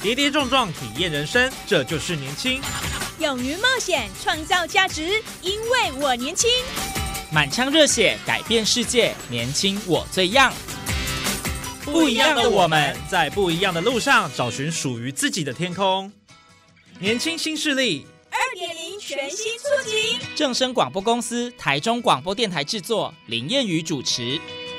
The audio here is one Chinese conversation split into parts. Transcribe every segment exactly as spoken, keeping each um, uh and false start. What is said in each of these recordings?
跌跌撞撞体验人生，这就是年轻。 勇于冒险，创造价值，因为我年轻。 满腔热血，改变世界，年轻我最样。 不一样的我们，在不一样的路上找寻属于自己的天空。年轻新势力二点零 全新出击， 正声广播公司台中广播电台制作，林燕瑜主持。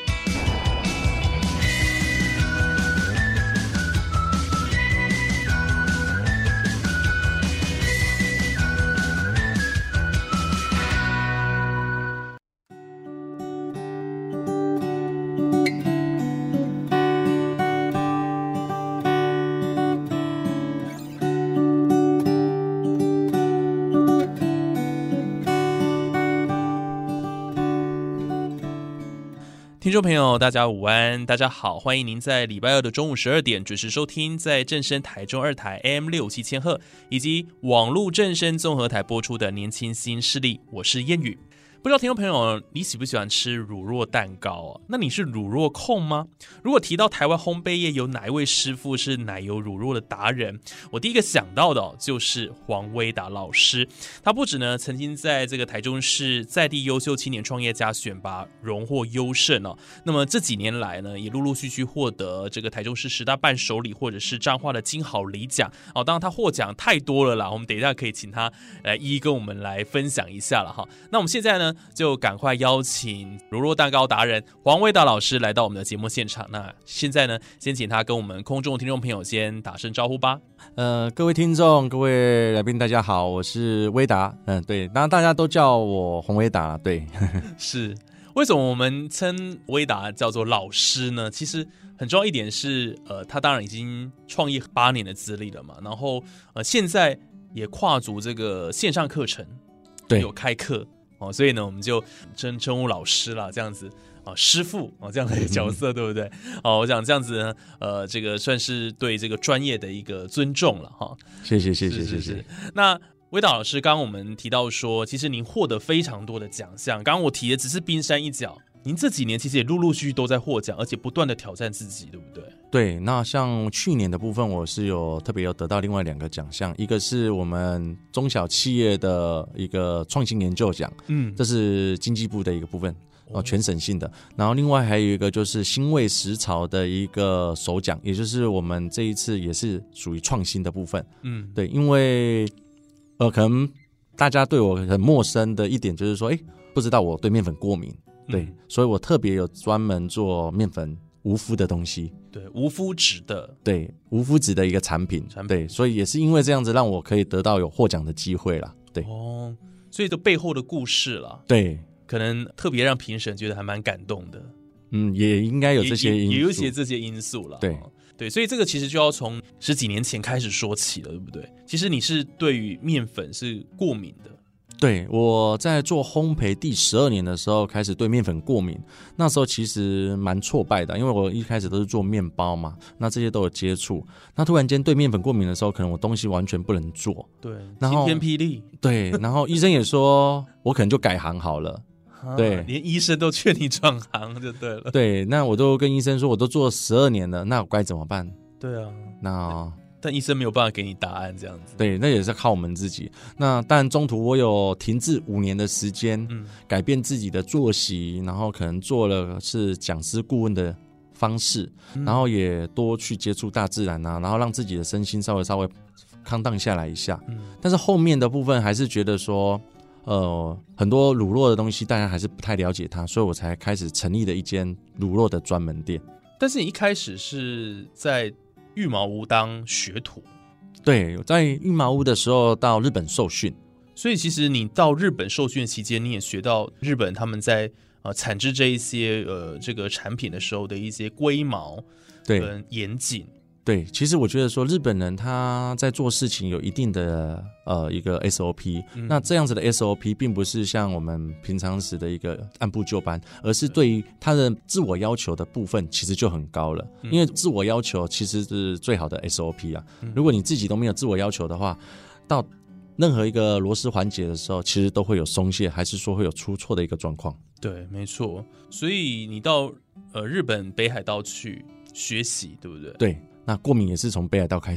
听众朋友大家午安，大家好，欢迎您在礼拜二的中午十二点准时收听在正声台中二台 A M 六七千赫以及网络正声综合台播出的年轻新势力，我是燕语。不知道听众朋友你喜不喜欢吃乳酪蛋糕啊？那你是乳酪控吗？如果提到台湾烘焙业有哪一位师傅是奶油乳酪的达人，我第一个想到的、哦、就是黄威达老师。他不止呢曾经在这个台中市在地优秀青年创业家选拔荣获优胜哦，那么这几年来呢也陆陆续续获得这个台中市十大伴手礼或者是彰化的金好礼奖哦。当然他获奖太多了啦，我们等一下可以请他来一一跟我们来分享一下了哈。那我们现在呢就赶快邀请乳酪蛋糕达人黄威达老师来到我们的节目现场。那现在呢，先请他跟我们空中听众朋友先打声招呼吧。 呃，各位听众、各位来宾，大家好，我是威达。嗯，对，当然大家都叫我洪威达了。对， 是为什么我们称威达叫做老师呢？其实很重要一点是，呃，他当然已经创业八年的资历了嘛，然后呃，现在也跨足这个线上课程，对，有开课。哦、所以呢，我们就称称呼老师啦，这样子啊，师傅哦，这样的角色，对不对？哦，我想这样子呢，呃，这个算是对这个专业的一个尊重了哈。 谢谢，谢谢， 是是是谢谢。 那威达老师，刚刚我们提到说，其实您获得非常多的奖项，刚刚我提的只是冰山一角。您这几年其实也陆陆续续都在获奖，而且不断的挑战自己，对不对？ 对，那像去年的部分，我是有特别有得到另外两个奖项，一个是我们中小企业的一个创新研究奖，嗯，这是经济部的一个部分，哦，全省性的。然后另外还有一个就是新味食潮的一个首奖，也就是我们这一次也是属于创新的部分，嗯，对，因为呃，可能大家对我很陌生的一点就是说，哎，不知道我对面粉过敏。对、嗯，所以我特别有专门做面粉无麸的东西， 对，无麸质的， 对，无麸质的一个产品，产品对，所以也是因为这样子让我可以得到有获奖的机会啦，对， 哦，所以这背后的故事啦， 对， 可能特别让评审觉得还蛮感动的， 嗯，也应该有这些因素， 也, 也有一些这些因素啦， 对。 对，所以这个其实就要从十几年前开始说起了，对不对？其实你是对于面粉是过敏的。 对，我在做烘焙第十二年的时候开始对面粉过敏，那时候其实蛮挫败的，因为我一开始都是做面包嘛，那这些都有接触，那突然间对面粉过敏的时候，可能我东西完全不能做， 对，晴天霹雳， 对，然后医生也说我可能就改行好了。对， 连医生都劝你转行就对了。 对，那我都跟医生说，我都做了十二年了，那我该怎么办？ 对啊， 那但医生没有办法给你答案，这样子。 对，那也是靠我们自己。那但中途我有停滞五年的时间、嗯，改变自己的作息，然后可能做了是讲师顾问的方式、嗯，然后也多去接触大自然啊，然后让自己的身心稍微稍微康荡下来一下。嗯，但是后面的部分还是觉得说。呃，很多乳酪的东西大家还是不太了解它，所以我才开始成立了一间乳酪的专门店。 但是你一开始是在玉茅屋当学徒？ 对，在玉茅屋的时候到日本受训， 所以其实你到日本受训期间，你也学到日本他们在呃产制这一些呃这个产品的时候的一些规毛跟严谨。 对，其实我觉得说日本人他在做事情有一定的呃一个 S O P、嗯、那这样子的 S O P 并不是像我们平常时的一个按部就班，而是对于他的自我要求的部分其实就很高了、嗯、因为自我要求其实是最好的 S O P 啊、嗯、如果你自己都没有自我要求的话，到任何一个螺丝环节的时候其实都会有松懈，还是说会有出错的一个状况。 对，没错。所以你到呃日本北海道去学习，对不对？ 对，那过敏也是从北海道开始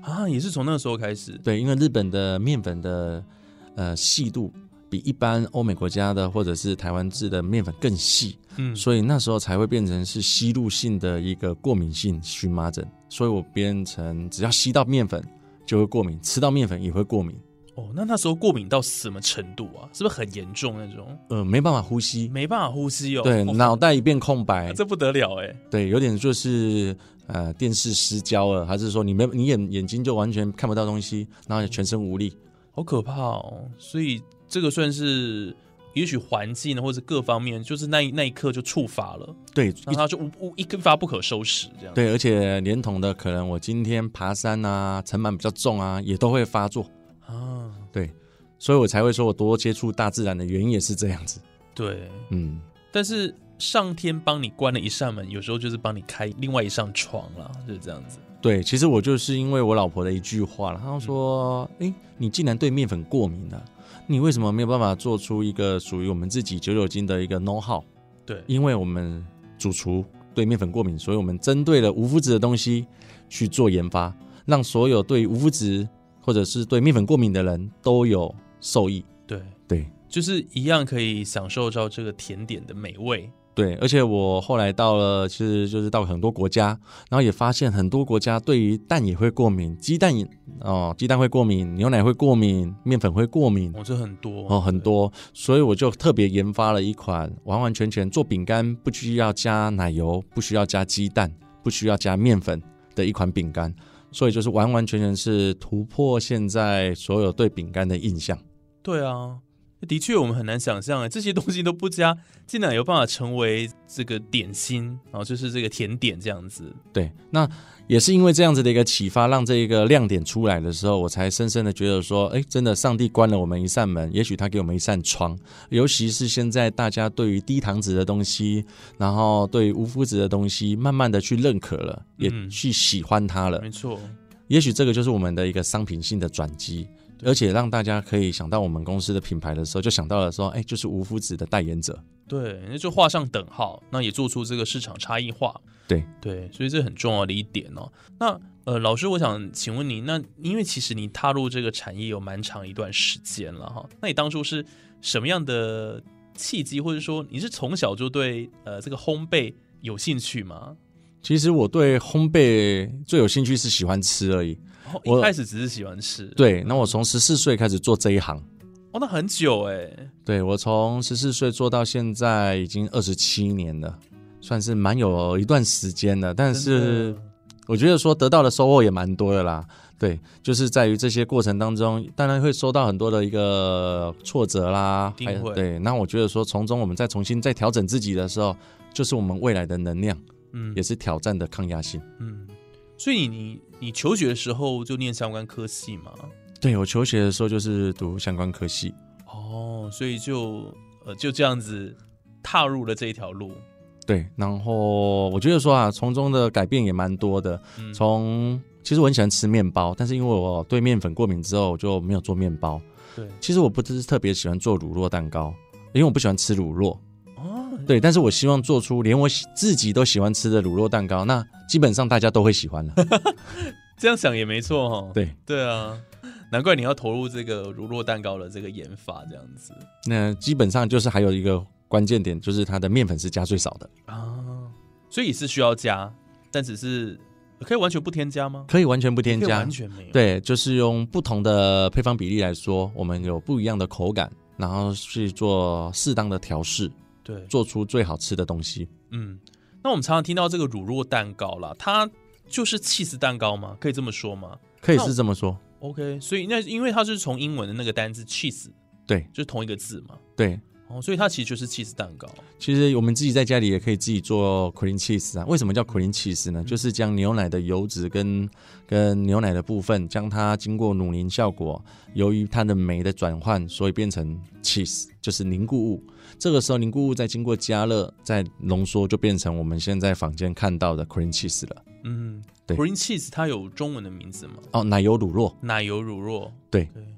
啊，也是从那个时候开始。 对，因为日本的面粉的呃细度比一般欧美国家的或者是台湾制的面粉更细，嗯，所以那时候才会变成是吸入性的一个过敏性荨麻疹，所以我变成只要吸到面粉就会过敏，吃到面粉也会过敏。 哦，那那时候过敏到什么程度啊？是不是很严重那种？ 呃，没办法呼吸， 没办法呼吸哦。 对， 哦、 脑袋一片空白， 这不得了哎。 对，有点就是呃电视失焦了，还是说你没你眼眼睛就完全看不到东西，然后全身无力， 好可怕哦。所以这个算是也许环境或者各方面，就是那一那一刻就触发了，对，然后它就无一发不可收拾这样。 对，而且连同的可能我今天爬山啊，尘螨比较重啊，也都会发作。啊，对，所以我才会说我多接触大自然的原因也是这样子。 对，嗯，但是上天帮你关了一扇门，有时候就是帮你开另外一扇窗啦，就是这样子。 对，其实我就是因为我老婆的一句话了，她说：“哎、嗯，你既然对面粉过敏了、啊，你为什么没有办法做出一个属于我们自己九九斤的一个 know how？” 对， 因为我们主厨对面粉过敏，所以我们针对了无麸质的东西去做研发，让所有对无麸质或者是对面粉过敏的人都有受益。 对对， 就是一样可以享受到这个甜点的美味。 对，而且我后来到了，其实就是到很多国家，然后也发现很多国家对于蛋也会过敏，鸡蛋也哦，鸡蛋会过敏，牛奶会过敏，面粉会过敏， 哦，这很多哦，很多，所以我就特别研发了一款完完全全做饼干不需要加奶油，不需要加鸡蛋，不需要加面粉的一款饼干，所以就是完完全全是突破现在所有对饼干的印象。 对啊。的确，我们很难想象这些东西都不加，竟然有办法成为这个点心，然后就是这个甜点这样子。 对，那也是因为这样子的一个启发，让这个亮点出来的时候，我才深深的觉得说，哎，真的，上帝关了我们一扇门，也许他给我们一扇窗。尤其是现在大家对于低糖质的东西，然后对于无麸质的东西，慢慢的去认可了，也去喜欢它了。 嗯、没错， 也许这个就是我们的一个商品性的转机。而且让大家可以想到我们公司的品牌的时候，就想到了说，哎，就是无麸质的代言者。 对，那就画上等号，那也做出这个市场差异化。 对对，所以这很重要的一点哦。那呃，老师，我想请问你，那因为其实你踏入这个产业有蛮长一段时间了哈，那你当初是什么样的契机，或者说你是从小就对呃这个烘焙有兴趣吗？ 其实我对烘焙最有兴趣是喜欢吃而已。 哦、一开始只是喜欢吃。 对，那我从十四岁开始做这一行。 哦，那很久哎。 对，我从十四岁做到现在已经二十七年了，算是蛮有一段时间了。但是我觉得说得到的收获也蛮多的啦。对，就是在于这些过程当中，当然会收到很多的一个挫折啦。 一定会。 对，那我觉得说从中我们再重新再调整自己的时候，就是我们未来的能量，嗯，也是挑战的抗压性， 嗯。所以你你求学的时候就念相关科系吗？ 对，我求学的时候就是读相关科系。 哦，所以就呃就这样子踏入了这一条路。 对，然后我觉得说啊，从中的改变也蛮多的。嗯、从其实我很喜欢吃面包，但是因为我对面粉过敏之后，我就没有做面包。 对， 其实我不是特别喜欢做乳酪蛋糕，因为我不喜欢吃乳酪。对，但是我希望做出连我自己都喜欢吃的乳酪蛋糕，那基本上大家都会喜欢了。 这样想也没错哦。 对对啊，难怪你要投入这个乳酪蛋糕的这个研发，这样子。 那基本上就是还有一个关键点，就是它的面粉是加最少的啊， 所以也是需要加，但只是可以完全不添加吗？ 可以完全不添加， 完全没有。 对，就是用不同的配方比例来说，我们有不一样的口感，然后去做适当的调试。 对， 做出最好吃的东西。 嗯，那我们常常听到这个乳酪蛋糕啦，它就是起司蛋糕吗？可以这么说吗？ 可以是这么说。 OK， 所以那因为它是从英文的那个单字 cheese， 对， 就是同一个字嘛。 对， 哦，所以它其实就是起司蛋糕。 其实我们自己在家里也可以自己做 cream cheese 啊。为什么叫 cream cheese 呢？嗯、就是将牛奶的油脂跟跟牛奶的部分，将它经过乳凝效果，由于它的酶的转换，所以变成 cheese， 就是凝固物。这个时候凝固物再经过加热再浓缩，就变成我们现在坊间看到的 cream cheese 了。 嗯，对 ，cream cheese 它有中文的名字吗？ 哦，奶油乳酪。 奶油乳酪。 对。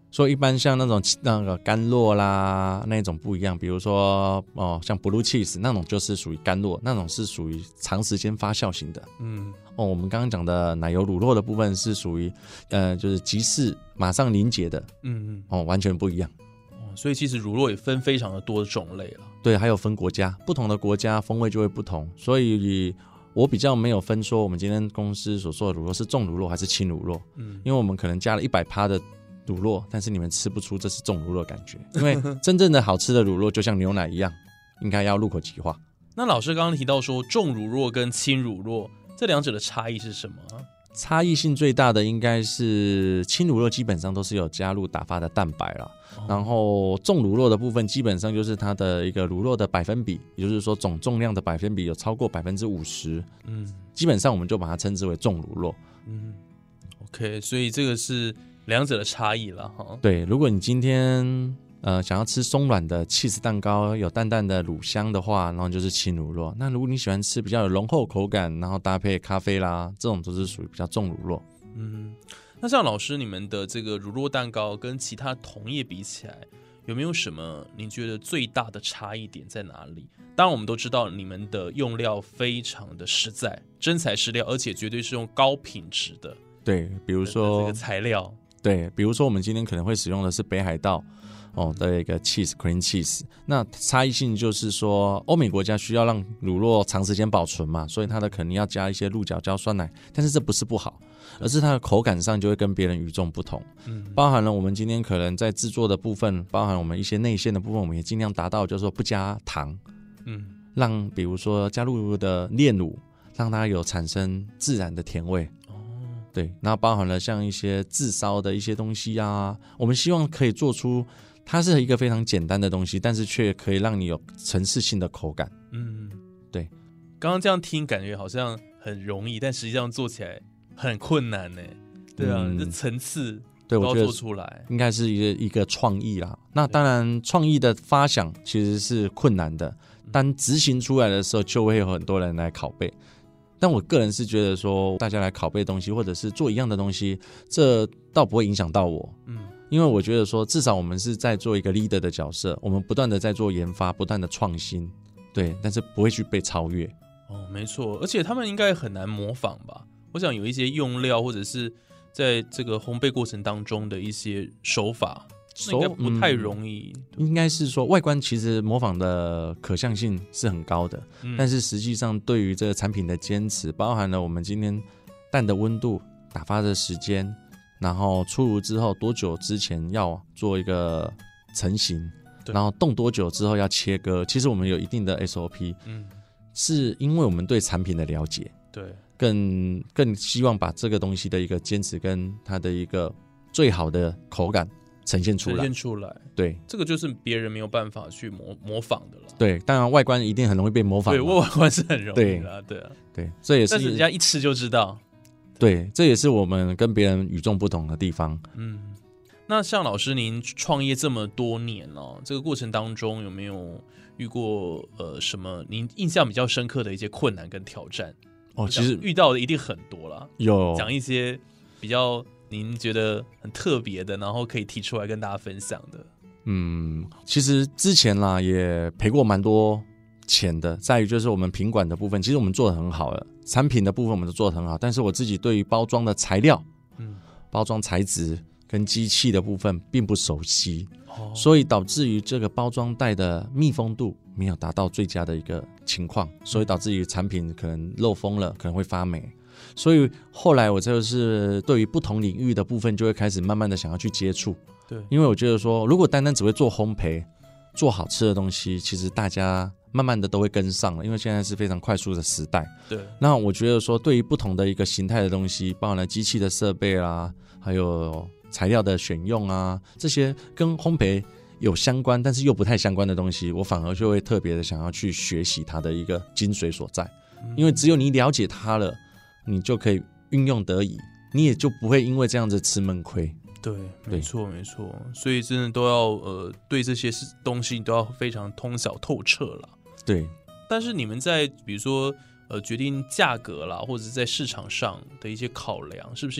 所以一般像那种那个干酪啦那种不一样，比如说哦像 Blue Cheese 那种就是属于干酪，那种是属于长时间发酵型的。嗯，哦，我们刚刚讲的奶油乳酪的部分是属于呃就是即市马上凝结的。嗯嗯，哦，完全不一样。 哦，所以其实乳酪也分非常的多种类了。 对，还有分国家，不同的国家风味就会不同，所以我比较没有分说我们今天公司所做的乳酪是重乳酪还是轻乳酪。嗯，因为我们可能加了 百分之百 的乳酪，但是你们吃不出这是重乳酪的感觉，因为真正的好吃的乳酪就像牛奶一样，应该要入口即化。 那老师刚刚提到说重乳酪跟轻乳酪这两者的差异是什么啊？ 差异性最大的应该是轻乳酪基本上都是有加入打发的蛋白啦，哦、然后重乳酪的部分基本上就是它的一个乳酪的百分比，也就是说总重量的百分比有超过 百分之五十， 嗯，基本上我们就把它称之为重乳酪。 嗯 ，OK， 所以这个是两者的差异了哈。 对，如果你今天呃想要吃松软的 cheese 蛋糕，有淡淡的乳香的话，然后就是轻乳酪。那如果你喜欢吃比较有浓厚口感，然后搭配咖啡啦，这种都是属于比较重乳酪。 嗯，那像老师你们的这个乳酪蛋糕跟其他同业比起来，有没有什么你觉得最大的差异点在哪里？当然我们都知道你们的用料非常的实在，真材实料，而且绝对是用高品质的。 对，比如说这个材料。 对，比如说我们今天可能会使用的是北海道哦的一个 cheese cream cheese， 那差异性就是说欧美国家需要让乳酪长时间保存嘛，所以它的可能要加一些鹿角胶酸奶，但是这不是不好，而是它的口感上就会跟别人与众不同。嗯，包含了我们今天可能在制作的部分，包含我们一些内馅的部分，我们也尽量达到就是说不加糖，嗯，让比如说加入的炼乳让它有产生自然的甜味。对，然后包含了像一些炙烧的一些东西啊，我们希望可以做出它是一个非常简单的东西，但是却可以让你有层次性的口感。嗯，对。 刚刚这样听感觉好像很容易，但实际上做起来很困难呢。对啊，这、嗯、层次都要做出来， 应该是一个一个创意啦。那当然，创意的发想其实是困难的，但执行出来的时候就会有很多人来拷贝。但我个人是觉得说，大家来拷贝东西，或者是做一样的东西，这倒不会影响到我。嗯，因为我觉得说，至少我们是在做一个 leader 的角色，我们不断的在做研发，不断的创新，对，但是不会去被超越。 哦，没错，而且他们应该很难模仿吧？我想有一些用料，或者是在这个烘焙过程当中的一些手法。应该不太容易、 嗯、应该是说外观其实模仿的可象性是很高的、嗯、但是实际上对于这个产品的坚持，包含了我们今天蛋的温度、打发的时间，然后出炉之后多久之前要做一个成型，然后冻多久之后要切割，其实我们有一定的 S O P、嗯、是因为我们对产品的了解， 对， 更更希望把这个东西的一个坚持跟它的一个最好的口感呈现出来， 呈现出来， 对， 这个就是别人没有办法去 模, 模仿的了。 对，当然外观一定很容易被模仿， 对，外观是很容易的，对啊， 对，这也是， 但是人家一吃就知道， 对，这也是我们跟别人与众不同的地方。 嗯，那像老师您创业这么多年哦，这个过程当中有没有遇过呃什么您印象比较深刻的一些困难跟挑战？ 哦，其实遇到的一定很多啦， 有讲一些比较您觉得很特别的，然后可以提出来跟大家分享的。 嗯，其实之前啦也赔过蛮多钱的，在于就是我们品管的部分，其实我们做得很好了，产品的部分我们都做得很好，但是我自己对于包装的材料、嗯、包装材质跟机器的部分并不熟悉、哦、所以导致于这个包装袋的密封度没有达到最佳的一个情况，所以导致于产品可能漏风了，可能会发霉。所以后来我就是对于不同领域的部分就会开始慢慢的想要去接触，对，因为我觉得说如果单单只会做烘焙做好吃的东西，其实大家慢慢的都会跟上了，因为现在是非常快速的时代。对，那我觉得说对于不同的一个形态的东西，包含了机器的设备啦，还有材料的选用啊，这些跟烘焙有相关但是又不太相关的东西，我反而就会特别的想要去学习它的一个精髓所在、嗯、因为只有你了解它了，你就可以运用得宜，你也就不会因为这样子吃闷亏。 对，没错没错，所以真的都要呃对这些东西都要非常通晓透彻啦。 对， 但是你们在比如说呃决定价格啦，或者是在市场上的一些考量，是不是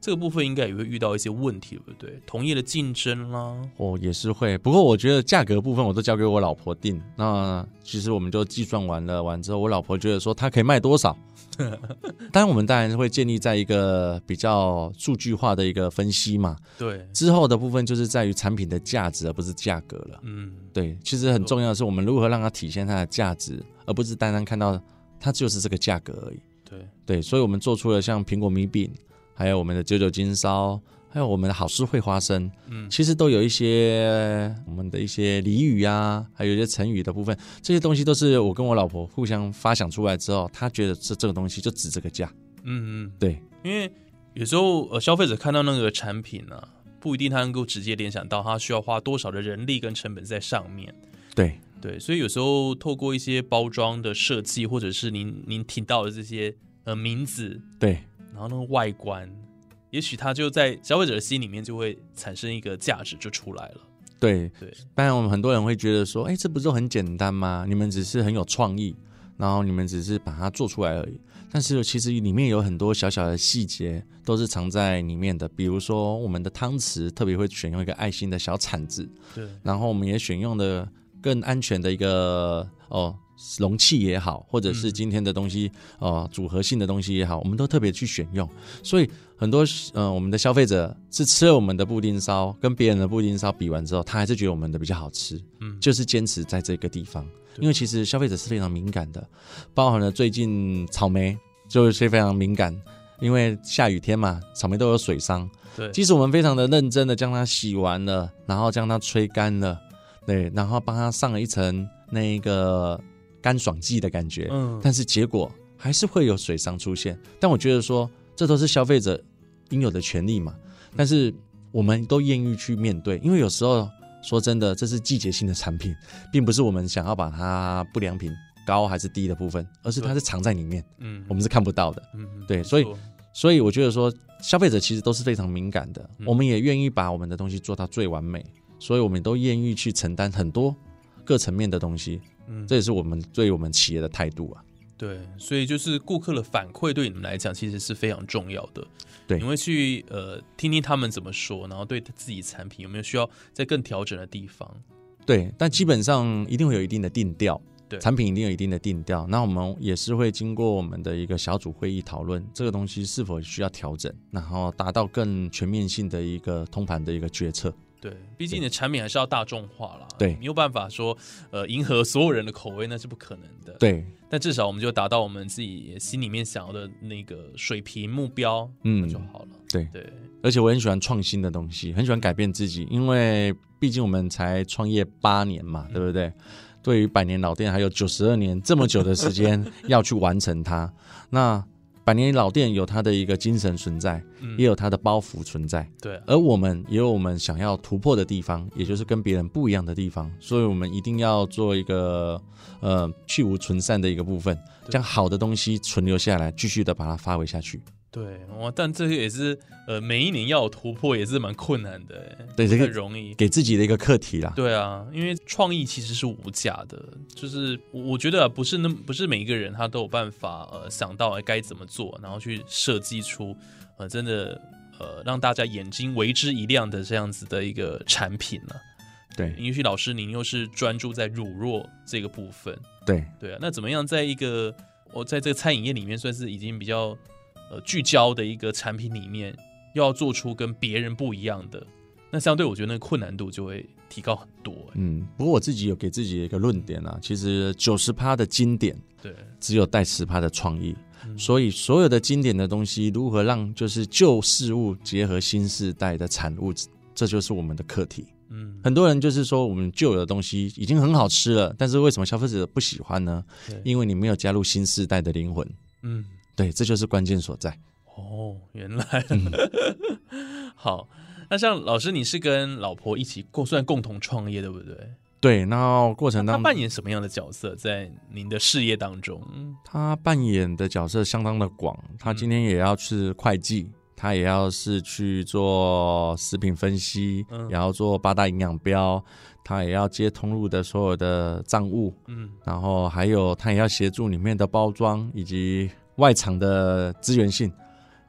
这个部分应该也会遇到一些问题，对不对？同业的竞争啦， 哦，也是会。不过我觉得价格部分我都交给我老婆定。那其实我们就计算完了，完之后我老婆觉得说她可以卖多少。当然我们当然会建立在一个比较数据化的一个分析嘛。 对。 之后的部分就是在于产品的价值，而不是价格了。嗯，对。其实很重要的是我们如何让它体现它的价值，而不是单单看到它就是这个价格而已。 对对，所以我们做出了像苹果米饼。还有我们的九九金烧，还有我们的好事会花生，嗯，其实都有一些我们的一些俚语啊，还有一些成语的部分，这些东西都是我跟我老婆互相发想出来之后，她觉得这这个东西就值这个价，嗯嗯，对， 因为有时候呃消费者看到那个产品啊，不一定他能够直接联想到他需要花多少的人力跟成本在上面， 对对，所以有时候透过一些包装的设计，或者是您您听到的这些呃名字， 对。 然后那个外观，也许它就在消费者的心里面就会产生一个价值就出来了。 对对， 当然我们很多人会觉得说，哎，这不就很简单吗？你们只是很有创意，然后你们只是把它做出来而已。但是其实里面有很多小小的细节都是藏在里面的，比如说我们的汤匙特别会选用一个爱心的小铲子，对，然后我们也选用的更安全的一个哦。容器也好，或者是今天的东西、嗯呃、组合性的东西也好，我们都特别去选用。所以很多呃我们的消费者是吃了我们的布丁烧，跟别人的布丁烧比完之后，他还是觉得我们的比较好吃，嗯，就是坚持在这个地方。因为其实消费者是非常敏感的，包含了最近草莓就是非常敏感，因为下雨天嘛，草莓都有水伤。对，即使我们非常的认真的将它洗完了，然后将它吹干了，对，然后帮它上了一层那个干爽剂的感觉，嗯，但是结果还是会有水伤出现。但我觉得说，这都是消费者应有的权利嘛。但是我们都愿意去面对，因为有时候说真的，这是季节性的产品，并不是我们想要把它不良品高还是低的部分，而是它是藏在里面，嗯，我们是看不到的，嗯，对，所以所以我觉得说，消费者其实都是非常敏感的，嗯，我们也愿意把我们的东西做到最完美，所以我们都愿意去承担很多各层面的东西。嗯，这也是我们对我们企业的态度啊。 对，所以就是顾客的反馈对你们来讲其实是非常重要的。对，你会去呃听听他们怎么说，然后对自己产品有没有需要再更调整的地方。 对，但基本上一定会有一定的定调，对，产品一定有一定的定调。那我们也是会经过我们的一个小组会议讨论，这个东西是否需要调整，然后达到更全面性的一个通盘的一个决策。 对，毕竟你的产品还是要大众化啦， 对， 没有办法说呃迎合所有人的口味，那是不可能的。 对， 但至少我们就达到我们自己心里面想要的那个水平目标，嗯，就好了。 对对，而且我很喜欢创新的东西，很喜欢改变自己，因为毕竟我们才创业八年嘛，对不对？嗯，对于百年老店还有九十二年这么久的时间要去完成它，那百年老店有它的一个精神存在，嗯，也有它的包袱存在，对，而我们也有我们想要突破的地方，也就是跟别人不一样的地方，所以我们一定要做一个呃去无存散的一个部分，将好的东西存留下来，继续的把它发挥下去。 对，哇，但这个也是呃每一年要有突破也是蛮困难的， 对，这个容易给自己的一个课题啦。 对啊，因为创意其实是无价的，就是我觉得不是那不是每一个人他都有办法呃想到该怎么做，然后去设计出呃真的呃让大家眼睛为之一亮的这样子的一个产品呢，啊。对，也许老师您又是专注在乳酪这个部分， 对对啊，那怎么样在一个我在这个餐饮业里面算是已经比较呃聚焦的一个产品里面，又要做出跟别人不一样的，那相对我觉得那个困难度就会提高很多。 嗯，不过我自己有给自己一个论点啊，其实 百分之九十 的经典，对，只有带 百分之十 的创意。嗯，所以所有的经典的东西如何让就是旧事物结合新世代的产物，这就是我们的课题。嗯，很多人就是说我们旧有的东西已经很好吃了，但是为什么消费者不喜欢呢？因为你没有加入新世代的灵魂。嗯，对，这就是关键所在。 哦，原来。嗯，好，那像老师你是跟老婆一起算共同创业对不对？ 对，那过程当中他扮演什么样的角色在您的事业当中？ 他扮演的角色相当的广，他今天也要是会计，嗯，他也要是去做食品分析，嗯，也要做八大营养标，他也要接通路的所有的账务，嗯，然后还有他也要协助里面的包装以及外场的资源性，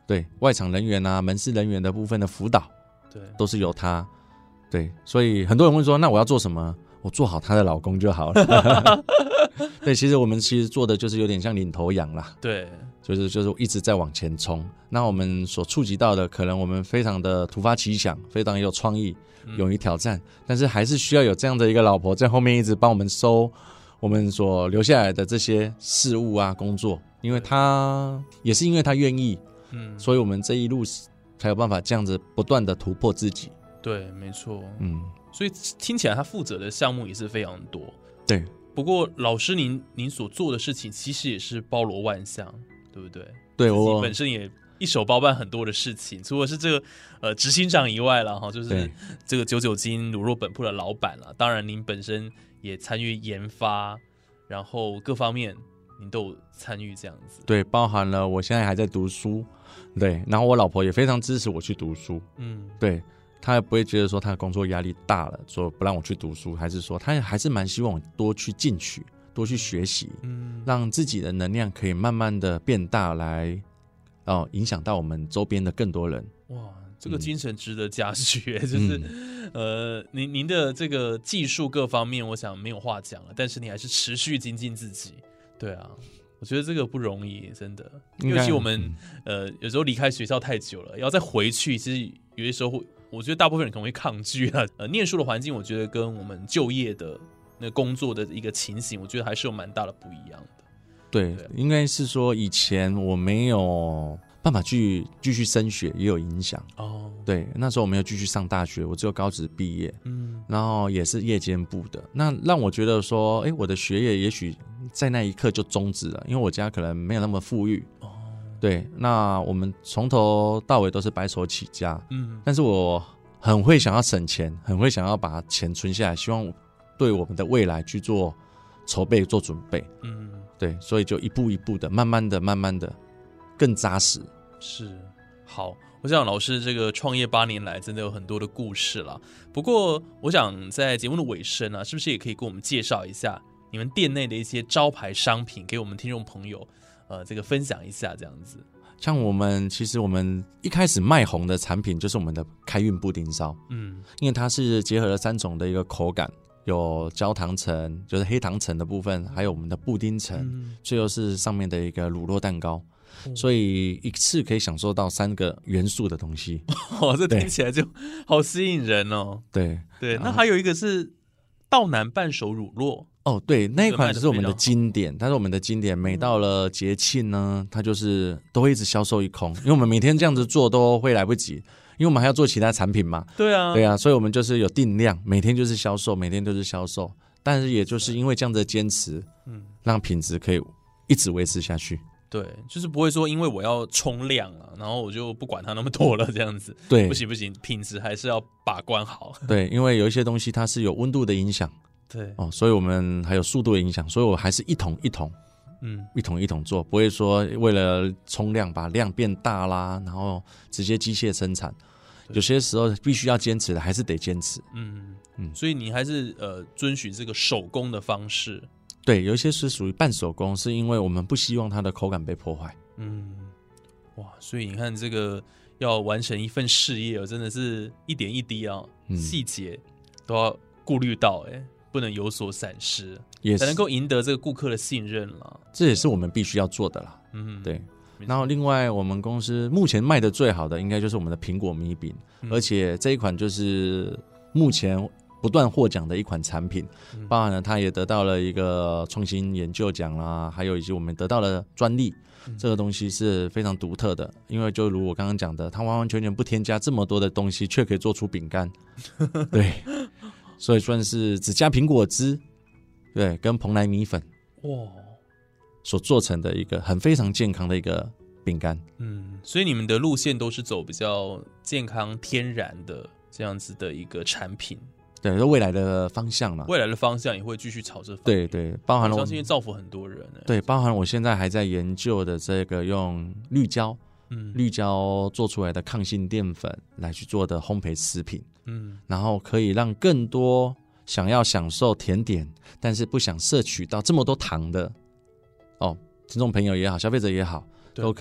对，外场人员啊、门市人员的部分的辅导， 对， 都是由他。对，所以很多人会说，那我要做什么？我做好她的老公就好了。对，其实我们其实做的就是有点像领头羊啦。 对， 就是就是一直在往前冲。那我们所触及到的，可能我们非常的突发奇想，非常有创意，勇于挑战，但是还是需要有这样的一个老婆在后面一直帮我们收我们所留下来的这些事物啊工作，因为她也是因为她愿意，嗯，所以我们这一路才有办法这样子不断的突破自己。 对，没错， 嗯， 所以听起来他负责的项目也是非常多。 对， 不过老师您您所做的事情其实也是包罗万象，对不对？ 对，我本身也一手包办很多的事情，除了是这个呃执行长以外啦，哈，就是这个九九金卤肉本铺的老板啦。当然，您本身也参与研发，然后各方面您都有参与这样子。 对，包含了我现在还在读书，对，然后我老婆也非常支持我去读书，嗯，对。他也不会觉得说他的工作压力大了，说不让我去读书，还是说他还是蛮希望我多去进取，多去学习，嗯，让自己的能量可以慢慢的变大，来哦影响到我们周边的更多人。 哇，这个精神值得嘉许，嗯、就是、嗯、呃，您您的这个技术各方面，我想没有话讲了，但是你还是持续精进自己，对啊。我觉得这个不容易，真的。尤其我们、嗯、呃有时候离开学校太久了，要再回去，其实有些时候会，我觉得大部分人可能会抗拒啊。呃，念书的环境，我觉得跟我们就业的那工作的一个情形，我觉得还是有蛮大的不一样的。 对，对应该是说以前我没有办法去继续升学，也有影响哦。对，那时候我没有继续上大学，我只有高职毕业，嗯，然后也是夜间部的，那让我觉得说，哎，我的学业也许在那一刻就终止了，因为我家可能没有那么富裕哦。对，那我们从头到尾都是白手起家，嗯，但是我很会想要省钱，很会想要把钱存下来，希望对我们的未来去做筹备、做准备，嗯，对，所以就一步一步的，慢慢的、慢慢的更扎实。 是，好。我想老师这个创业八年来真的有很多的故事啦。不过我想在节目的尾声啊，是不是也可以跟我们介绍一下你们店内的一些招牌商品，给我们听众朋友呃这个分享一下这样子。 像我们其实我们一开始卖红的产品就是我们的开运布丁烧，嗯，因为它是结合了三种的一个口感，有焦糖层就是黑糖层的部分，还有我们的布丁层，嗯，最后是上面的一个乳酪蛋糕。所以一次可以享受到三个元素的东西， 哦，这听起来就好吸引人哦。 对对，那还有一个是道南半熟乳酪， 哦，对，那一款就是我们的经典，它是我们的经典，每到了节庆呢，它就是都会一直销售一空，因为我们每天这样子做都会来不及，因为我们还要做其他产品嘛。 对啊， 对啊，所以我们就是有定量，每天就是销售，每天都是销售，但是也就是因为这样的坚持，嗯，让品质可以一直维持下去。 对，就是不会说因为我要冲量啊，然后我就不管它那么多了这样子。 对， 不行不行，品质还是要把关好。 对，因为有一些东西它是有温度的影响。 对哦，所以我们还有速度的影响，所以我还是一桶一桶，嗯，一桶一桶做，不会说为了冲量把量变大啦，然后直接机械生产。有些时候必须要坚持的，还是得坚持。嗯嗯，所以你还是呃遵循这个手工的方式。 对，有一些是属于半手工，是因为我们不希望它的口感被破坏。 嗯，哇，所以你看这个要完成一份事业，真的是一点一滴啊，嗯、细节都要顾虑到，哎，不能有所闪失，也才能够赢得这个顾客的信任啦。 这也是我们必须要做的啦。嗯，对。然后另外，我们公司目前卖的最好的，应该就是我们的苹果米饼，嗯、而且这一款就是目前不断获奖的一款产品，包含了它也得到了一个创新研究奖啦，还有以及我们得到了专利，这个东西是非常独特的，因为就如我刚刚讲的，它完完全全不添加这么多的东西，却可以做出饼干，对，所以算是只加苹果汁，对，跟蓬莱米粉，哇，所做成的一个很非常健康的一个饼干。 嗯，所以你们的路线都是走比较健康天然的这样子的一个产品。 对，是未来的方向嘛， 未来的方向也会继续朝这方面。 对对，包含了我相信造福很多人。 对，包含我现在还在研究的这个用绿胶，嗯，绿胶做出来的抗性淀粉来去做的烘焙食品，嗯，然后可以让更多想要享受甜点，但是不想摄取到这么多糖的哦，听众朋友也好，消费者也好，都可以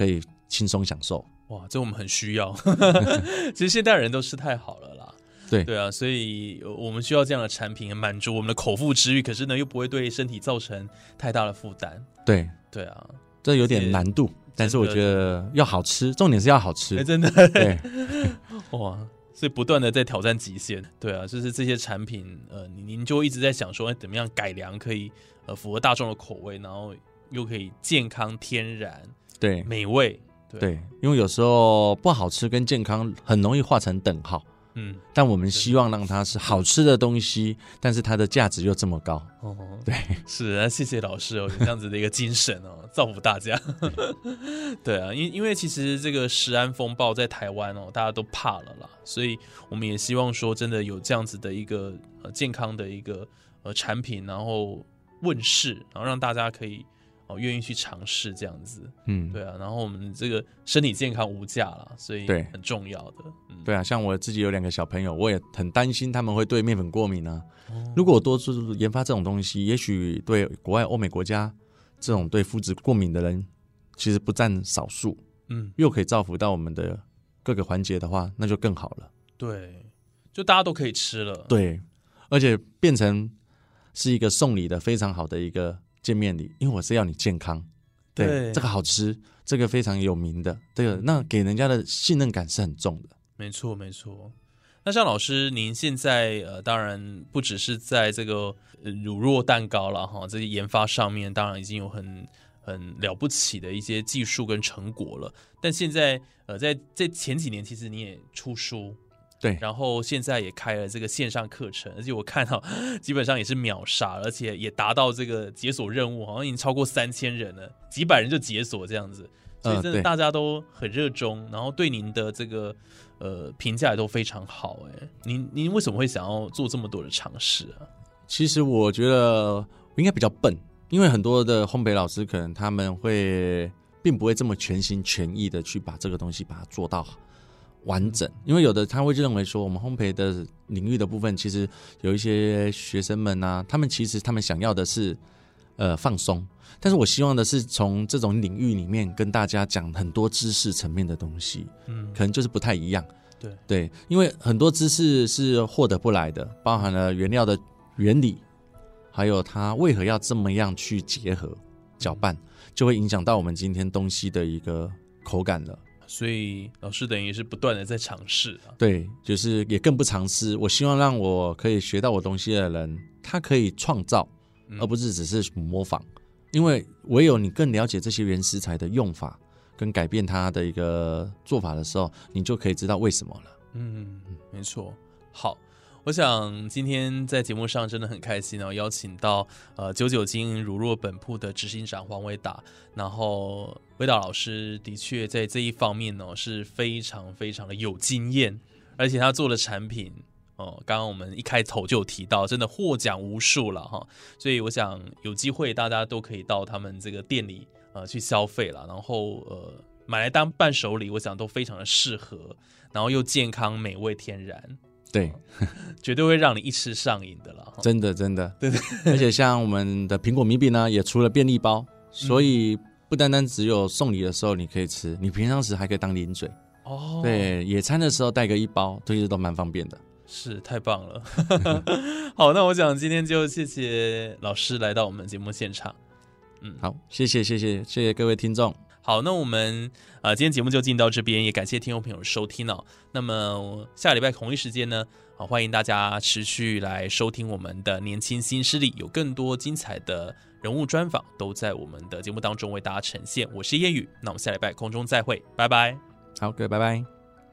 轻松享受。 哇，这我们很需要。其实现代人都吃太好了啦。 对对啊，所以我们需要这样的产品满足我们的口腹之欲，可是呢又不会对身体造成太大的负担。 对对啊， 这有点难度，但是我觉得要好吃，重点是要好吃。 欸、真的， 对， 哇，所以不断的在挑战极限。对啊，就是这些产品，呃，您就一直在想说，哎，怎么样改良可以呃符合大众的口味，然后又可以健康、天然、 对， 美味。对， 对，因为有时候不好吃跟健康很容易画成等号。 嗯， 但我们希望让它是好吃的东西，但是它的价值又这么高。 哦， 对， 是啊，谢谢老师哦，有这样子的一个精神哦，造福大家。对啊，因因为其实这个食安风暴在台湾哦，大家都怕了啦，所以我们也希望说，真的有这样子的一个呃健康的一个呃产品，然后问世，然后让大家可以哦愿意去尝试这样子。 嗯， 对啊，然后我们这个身体健康无价啦，所以对很重要的。嗯， 对啊，像我自己有两个小朋友，我也很担心他们会对面粉过敏啊。哦、如果我多做研发这种东西，也许对国外欧美国家这种对麸质过敏的人，其实不占少数。嗯，又可以造福到我们的各个环节的话，那就更好了。 对，就大家都可以吃了。 对，而且变成是一个送礼的非常好的一个见面礼，因为我是要你健康。对，对这个好吃，这个非常有名的，这个那给人家的信任感是很重的。 没错，没错。那像老师，您现在呃，当然不只是在这个、呃、乳酪蛋糕了哈，这些研发上面，当然已经有很很了不起的一些技术跟成果了。但现在呃，在在前几年，其实你也出书。 对， 然后现在也开了这个线上课程，而且我看到基本上也是秒杀，而且也达到这个解锁任务，好像已经超过三千人了，几百人就解锁这样子，所以真的大家都很热衷，然后对您的这个呃评价也都非常好。哎，您您为什么会想要做这么多的尝试啊？ 其实我觉得我应该比较笨，因为很多的烘焙老师可能他们会并不会这么全心全意的去把这个东西把它做到好。完整，因为有的他会认为说，我们烘焙的领域的部分，其实有一些学生们啊，他们其实他们想要的是呃放松，但是我希望的是从这种领域里面跟大家讲很多知识层面的东西，嗯，可能就是不太一样， 对对，因为很多知识是获得不来的，包含了原料的原理，还有它为何要这么样去结合搅拌，就会影响到我们今天东西的一个口感了。 所以老师等于是不断的在尝试啊， 对，就是也更不尝试。我希望让我可以学到我东西的人，他可以创造，嗯、而不是只是模仿。因为唯有你更了解这些原食材的用法，跟改变它的一个做法的时候，你就可以知道为什么了。 嗯，没错。好。我想今天在节目上真的很开心哦，邀请到呃九九金乳酪本铺的执行长黄伟达，然后伟达老师的确在这一方面哦是非常非常的有经验，而且他做的产品哦，刚刚我们一开头就有提到，真的获奖无数了哈，所以我想有机会大家都可以到他们这个店里呃去消费了，然后呃买来当伴手礼，我想都非常的适合，然后又健康美味天然。 对， 绝对会让你一吃上瘾的啦！ 真的，真的， 对对。 而且像我们的苹果米饼呢，也出了便利包，所以不单单只有送礼的时候你可以吃，你平常时还可以当零嘴。哦，对，野餐的时候带个一包，这些都蛮方便的。 是，太棒了。好，那我想今天就谢谢老师来到我们节目现场。 嗯，好，谢谢，谢谢，谢谢各位听众。 好，那我们呃今天节目就进到这边，也感谢听众朋友的收听哦。那么下礼拜同一时间呢，啊欢迎大家持续来收听我们的年轻新势力，有更多精彩的人物专访都在我们的节目当中为大家呈现。我是叶宇，那我们下礼拜空中再会，拜拜。 好，各位拜拜。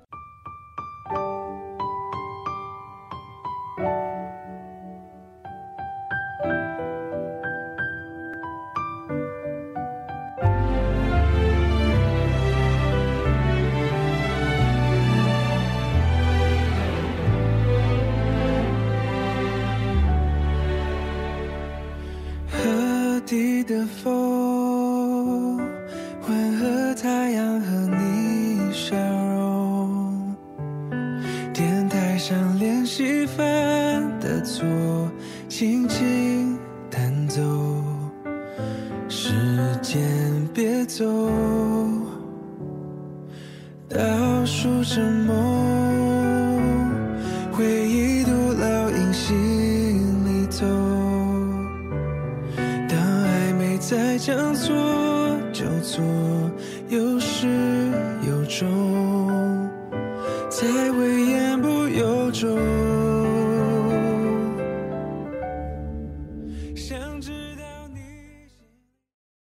地的风，混合太阳和你笑容， 数着梦，回忆都烙印心里头。当暧昧再将错就错，有始有终，才会言不由衷。想知